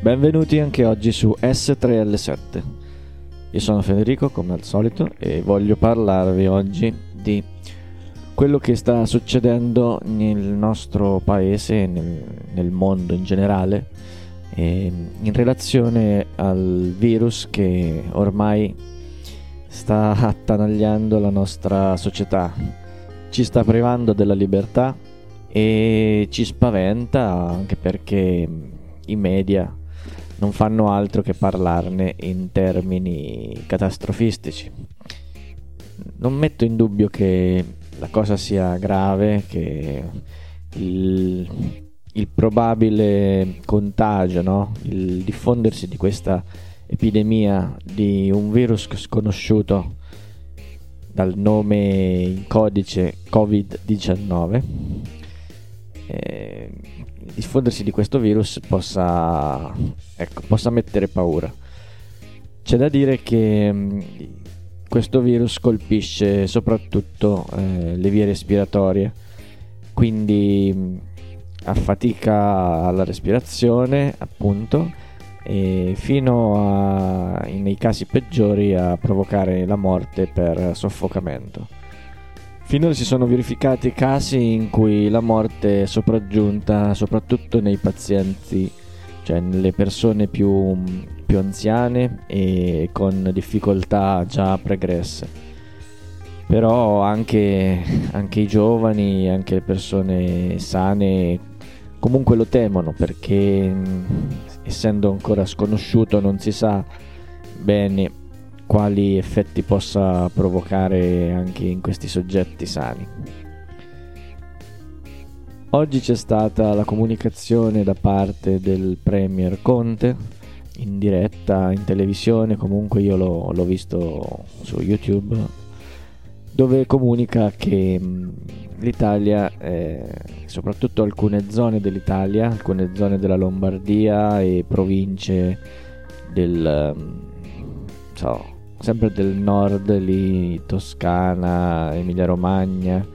Benvenuti anche oggi su S3L7. Io sono Federico, come al solito, e voglio parlarvi oggi di quello che sta succedendo nel nostro paese e nel mondo in generale, in relazione al virus che ormai sta attanagliando la nostra società, ci sta privando della libertà e ci spaventa anche perché i media non fanno altro che parlarne in termini catastrofistici. Non metto in dubbio che la cosa sia grave, che il probabile contagio, no? Il diffondersi di questa epidemia di un virus sconosciuto dal nome in codice Covid-19, il diffondersi di questo virus possa mettere paura. C'è da dire che questo virus colpisce soprattutto le vie respiratorie, quindi affatica alla respirazione, appunto, e fino nei casi peggiori a provocare la morte per soffocamento. Finora si sono verificati casi in cui la morte è sopraggiunta soprattutto nei pazienti, cioè nelle persone più anziane e con difficoltà già pregresse. Però anche i giovani, anche le persone sane comunque lo temono, perché essendo ancora sconosciuto non si sa bene quali effetti possa provocare anche in questi soggetti sani. Oggi c'è stata la comunicazione da parte del Premier Conte in diretta in televisione, comunque io l'ho visto su YouTube, dove comunica che l'Italia, soprattutto alcune zone dell'Italia, alcune zone della Lombardia e province sempre del nord, lì Toscana, Emilia Romagna,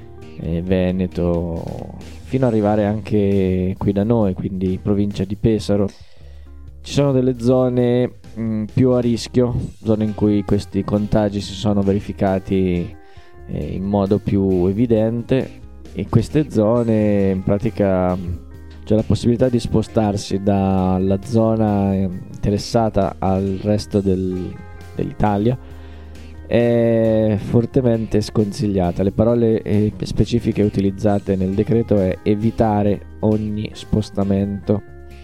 Veneto, fino ad arrivare anche qui da noi, quindi provincia di Pesaro. Ci sono delle zone più a rischio, zone in cui questi contagi si sono verificati in modo più evidente, e queste zone in pratica c'è la possibilità di spostarsi dalla zona interessata al resto dell'Italia è fortemente sconsigliata. Le parole specifiche utilizzate nel decreto è evitare ogni spostamento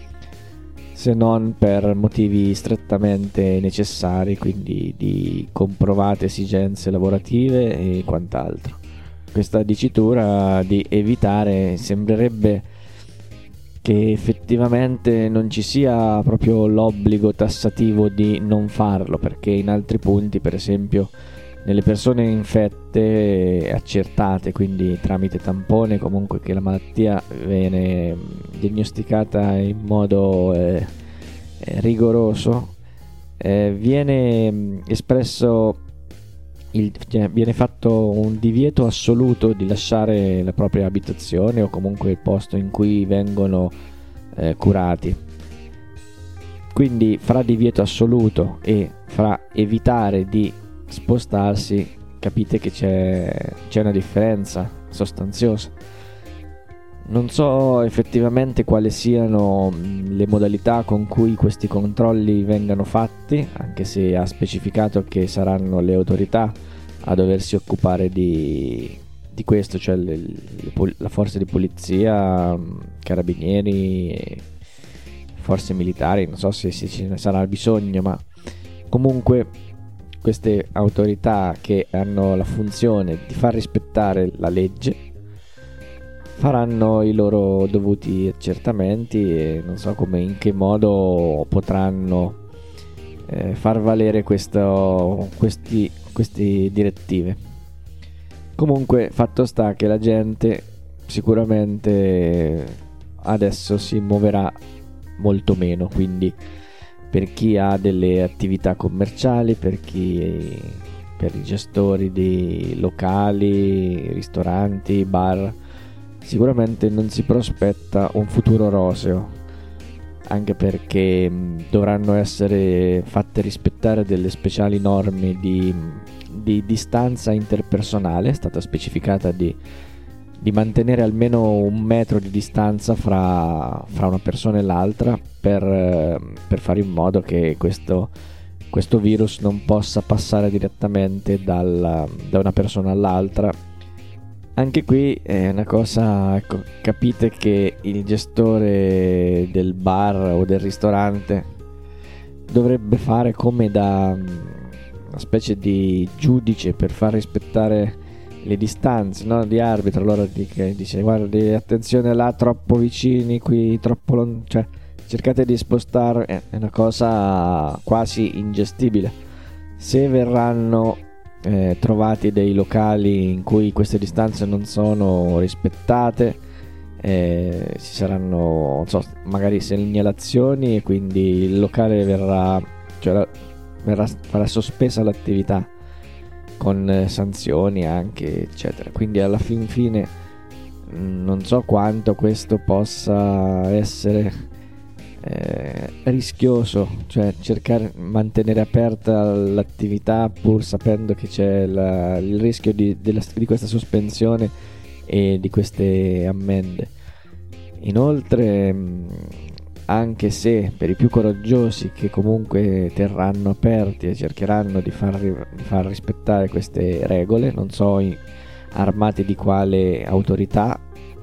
se non per motivi strettamente necessari, quindi di comprovate esigenze lavorative e quant'altro. Questa dicitura di evitare sembrerebbe che effettivamente non ci sia proprio l'obbligo tassativo di non farlo, perché in altri punti, per esempio nelle persone infette accertate, quindi tramite tampone, comunque che la malattia viene diagnosticata in modo rigoroso, viene espresso viene fatto un divieto assoluto di lasciare la propria abitazione o comunque il posto in cui vengono curati. Quindi fra divieto assoluto e fra evitare di spostarsi capite che c'è una differenza sostanziosa. Non so effettivamente quali siano le modalità con cui questi controlli vengano fatti, anche se ha specificato che saranno le autorità a doversi occupare di questo, cioè la forza di polizia, carabinieri e forze militari. Non so se ce ne sarà bisogno, ma comunque queste autorità che hanno la funzione di far rispettare la legge faranno i loro dovuti accertamenti e non so in che modo potranno far valere queste direttive. Comunque fatto sta che la gente sicuramente adesso si muoverà molto meno, quindi per chi ha delle attività commerciali, per i gestori di locali, ristoranti, bar, sicuramente non si prospetta un futuro roseo. anche perché dovranno essere fatte rispettare delle speciali norme di distanza interpersonale. È stata specificata di mantenere almeno 1 metro di distanza fra una persona e l'altra per fare in modo che questo virus non possa passare direttamente da una persona all'altra. Anche qui è una cosa, ecco, capite che il gestore del bar o del ristorante dovrebbe fare come da una specie di giudice per far rispettare le distanze, no? Di arbitro. Allora dice guardi, attenzione là, troppo vicini, qui troppo lontano, cioè cercate di spostare. È una cosa quasi ingestibile. Se verranno trovati dei locali in cui queste distanze non sono rispettate, ci saranno, non so, magari segnalazioni e quindi il locale farà sospesa l'attività con sanzioni anche, eccetera. Quindi alla fine non so quanto questo possa essere rischioso, cioè cercare di mantenere aperta l'attività pur sapendo che c'è il rischio di questa sospensione e di queste ammende. Inoltre, anche se per i più coraggiosi che comunque terranno aperti e cercheranno di far rispettare queste regole, non so armati di quale autorità,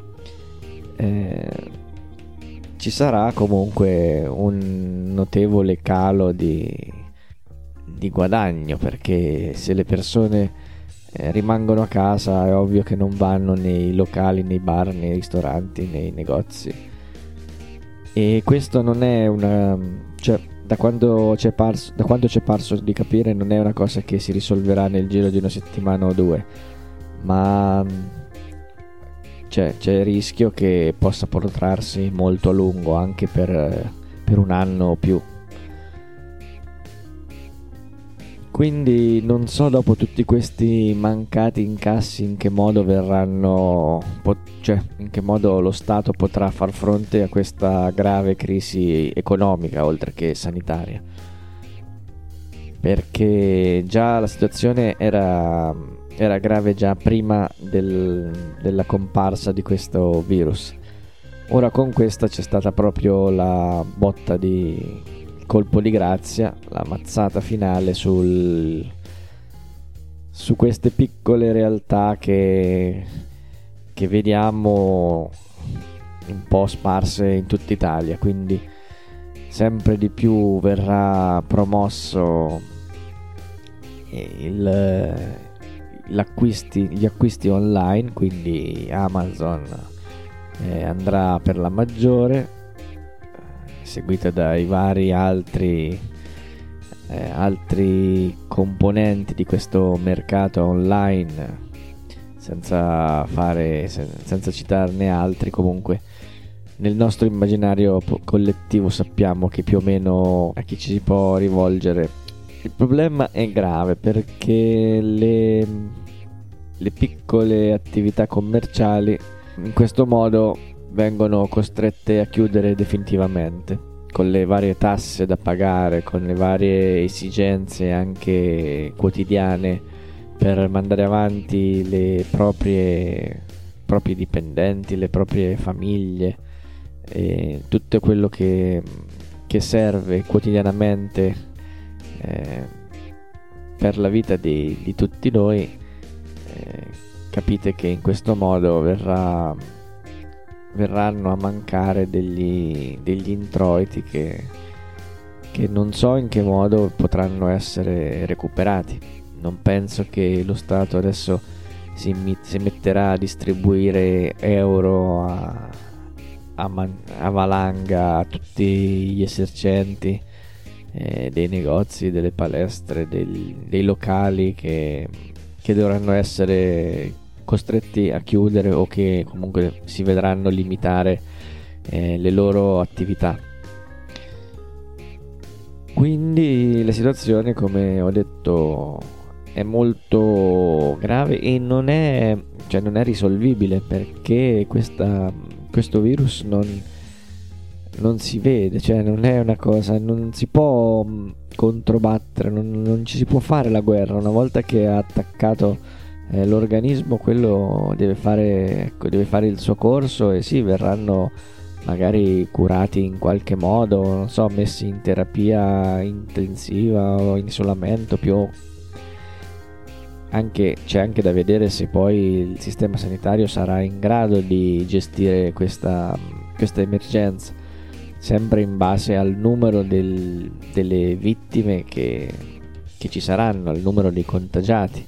ci sarà comunque un notevole calo di guadagno, perché se le persone rimangono a casa è ovvio che non vanno nei locali, nei bar, nei ristoranti, nei negozi. E questo non è da quando c'è parso di capire, non è una cosa che si risolverà nel giro di una settimana o due, ma c'è il rischio che possa protrarsi molto a lungo, anche per 1 anno o più. Quindi non so, dopo tutti questi mancati incassi, in che modo in che modo lo Stato potrà far fronte a questa grave crisi economica oltre che sanitaria, perché già la situazione era grave già prima della comparsa di questo virus. Ora con questa c'è stata proprio la botta di colpo di grazia, la mazzata finale su queste piccole realtà che vediamo un po' sparse in tutta Italia. Quindi sempre di più verrà promosso gli acquisti online, quindi Amazon andrà per la maggiore, seguita dai vari altri componenti di questo mercato online, senza citarne altri. Comunque nel nostro immaginario collettivo sappiamo che più o meno a chi ci si può rivolgere. Il problema è grave perché le piccole attività commerciali in questo modo vengono costrette a chiudere definitivamente, con le varie tasse da pagare, con le varie esigenze anche quotidiane per mandare avanti i propri dipendenti, le proprie famiglie, e tutto quello che serve quotidianamente per la vita di tutti noi. Capite che in questo modo verranno a mancare degli introiti che non so in che modo potranno essere recuperati. Non penso che lo Stato adesso si metterà a distribuire euro a valanga a tutti gli esercenti dei negozi, delle palestre, dei locali che dovranno essere costretti a chiudere o che comunque si vedranno limitare le loro attività. Quindi la situazione, come ho detto, è molto grave e non è risolvibile, perché questo virus non si vede, cioè non è una cosa, non si può controbattere, non ci si può fare la guerra. Una volta che ha attaccato l'organismo, quello deve fare il suo corso, e sì, verranno magari curati in qualche modo, non so, messi in terapia intensiva o in isolamento c'è anche da vedere se poi il sistema sanitario sarà in grado di gestire questa emergenza, sempre in base al numero delle vittime che ci saranno, al numero dei contagiati.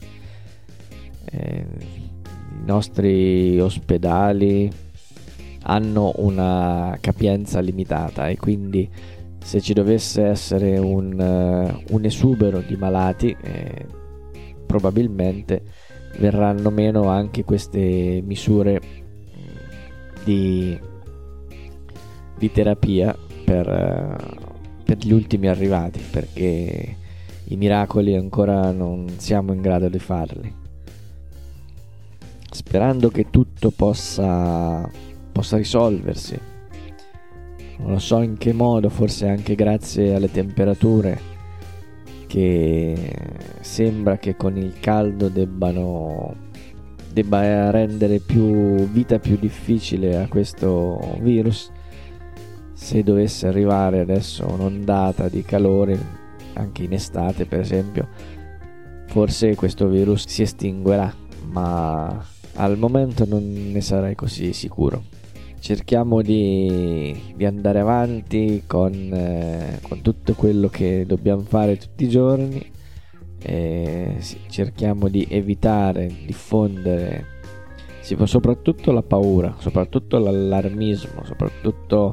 I nostri ospedali hanno una capienza limitata, e quindi se ci dovesse essere un esubero di malati, probabilmente verranno meno anche queste misure di terapia per gli ultimi arrivati, perché i miracoli ancora non siamo in grado di farli. Sperando che tutto possa risolversi, non lo so in che modo, forse anche grazie alle temperature, che sembra che con il caldo debba rendere vita più difficile a questo virus. Se dovesse arrivare adesso un'ondata di calore anche in estate, per esempio, forse questo virus si estinguerà, ma al momento non ne sarei così sicuro. Cerchiamo di andare avanti con tutto quello che dobbiamo fare tutti i giorni, cerchiamo di evitare, diffondere soprattutto la paura, soprattutto l'allarmismo, soprattutto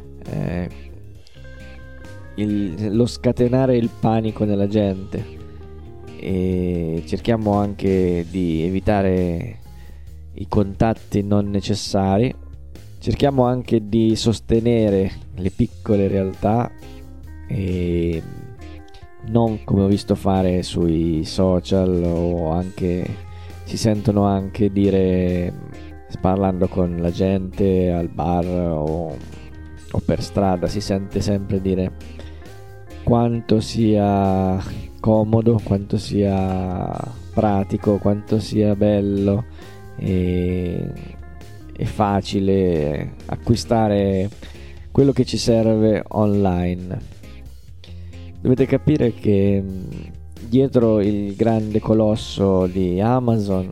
lo scatenare il panico nella gente, e cerchiamo anche di evitare i contatti non necessari. Cerchiamo anche di sostenere le piccole realtà, e non come ho visto fare sui social, o anche si sentono anche dire, parlando con la gente al bar o per strada, si sente sempre dire quanto sia comodo, quanto sia pratico, quanto sia bello e facile acquistare quello che ci serve online. Dovete capire che dietro il grande colosso di Amazon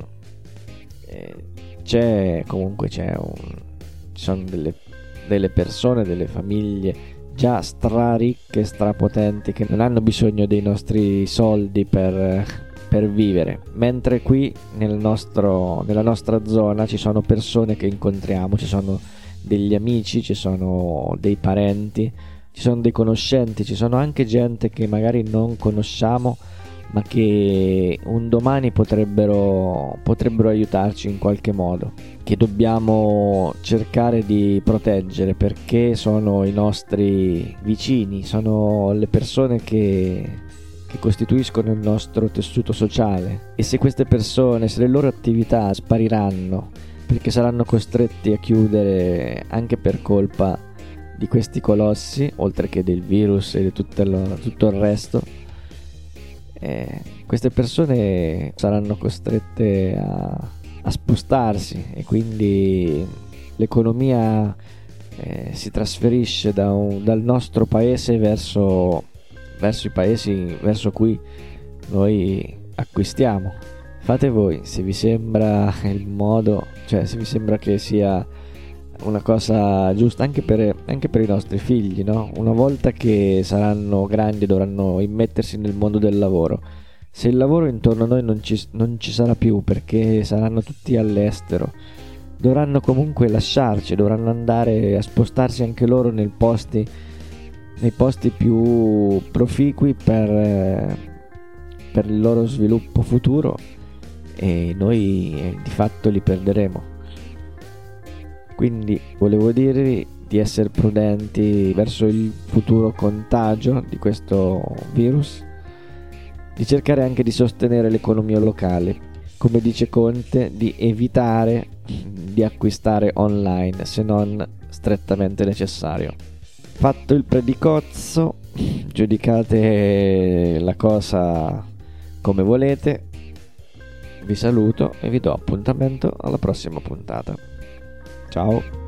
ci sono delle persone, delle famiglie già straricche, strapotenti, che non hanno bisogno dei nostri soldi per vivere, mentre qui nella nostra zona ci sono persone che incontriamo, ci sono degli amici, ci sono dei parenti, ci sono dei conoscenti, ci sono anche gente che magari non conosciamo, ma che un domani potrebbero aiutarci in qualche modo, che dobbiamo cercare di proteggere, perché sono i nostri vicini, sono le persone che costituiscono il nostro tessuto sociale. E se queste persone, se le loro attività spariranno perché saranno costretti a chiudere anche per colpa di questi colossi, oltre che del virus e di tutto il resto, queste persone saranno costrette a spostarsi, e quindi l'economia si trasferisce dal nostro paese verso i paesi verso cui noi acquistiamo. Fate voi se vi sembra il modo, cioè se vi sembra che sia una cosa giusta anche per i nostri figli, no? Una volta che saranno grandi dovranno immettersi nel mondo del lavoro. Se il lavoro intorno a noi non ci sarà più, perché saranno tutti all'estero, dovranno comunque lasciarci, dovranno andare a spostarsi anche loro nei posti più proficui per il loro sviluppo futuro, e noi di fatto li perderemo. Quindi volevo dirvi di essere prudenti verso il futuro contagio di questo virus, di cercare anche di sostenere l'economia locale, come dice Conte, di evitare di acquistare online se non strettamente necessario. Fatto il predicozzo, giudicate la cosa come volete. Vi saluto e vi do appuntamento alla prossima puntata. Ciao.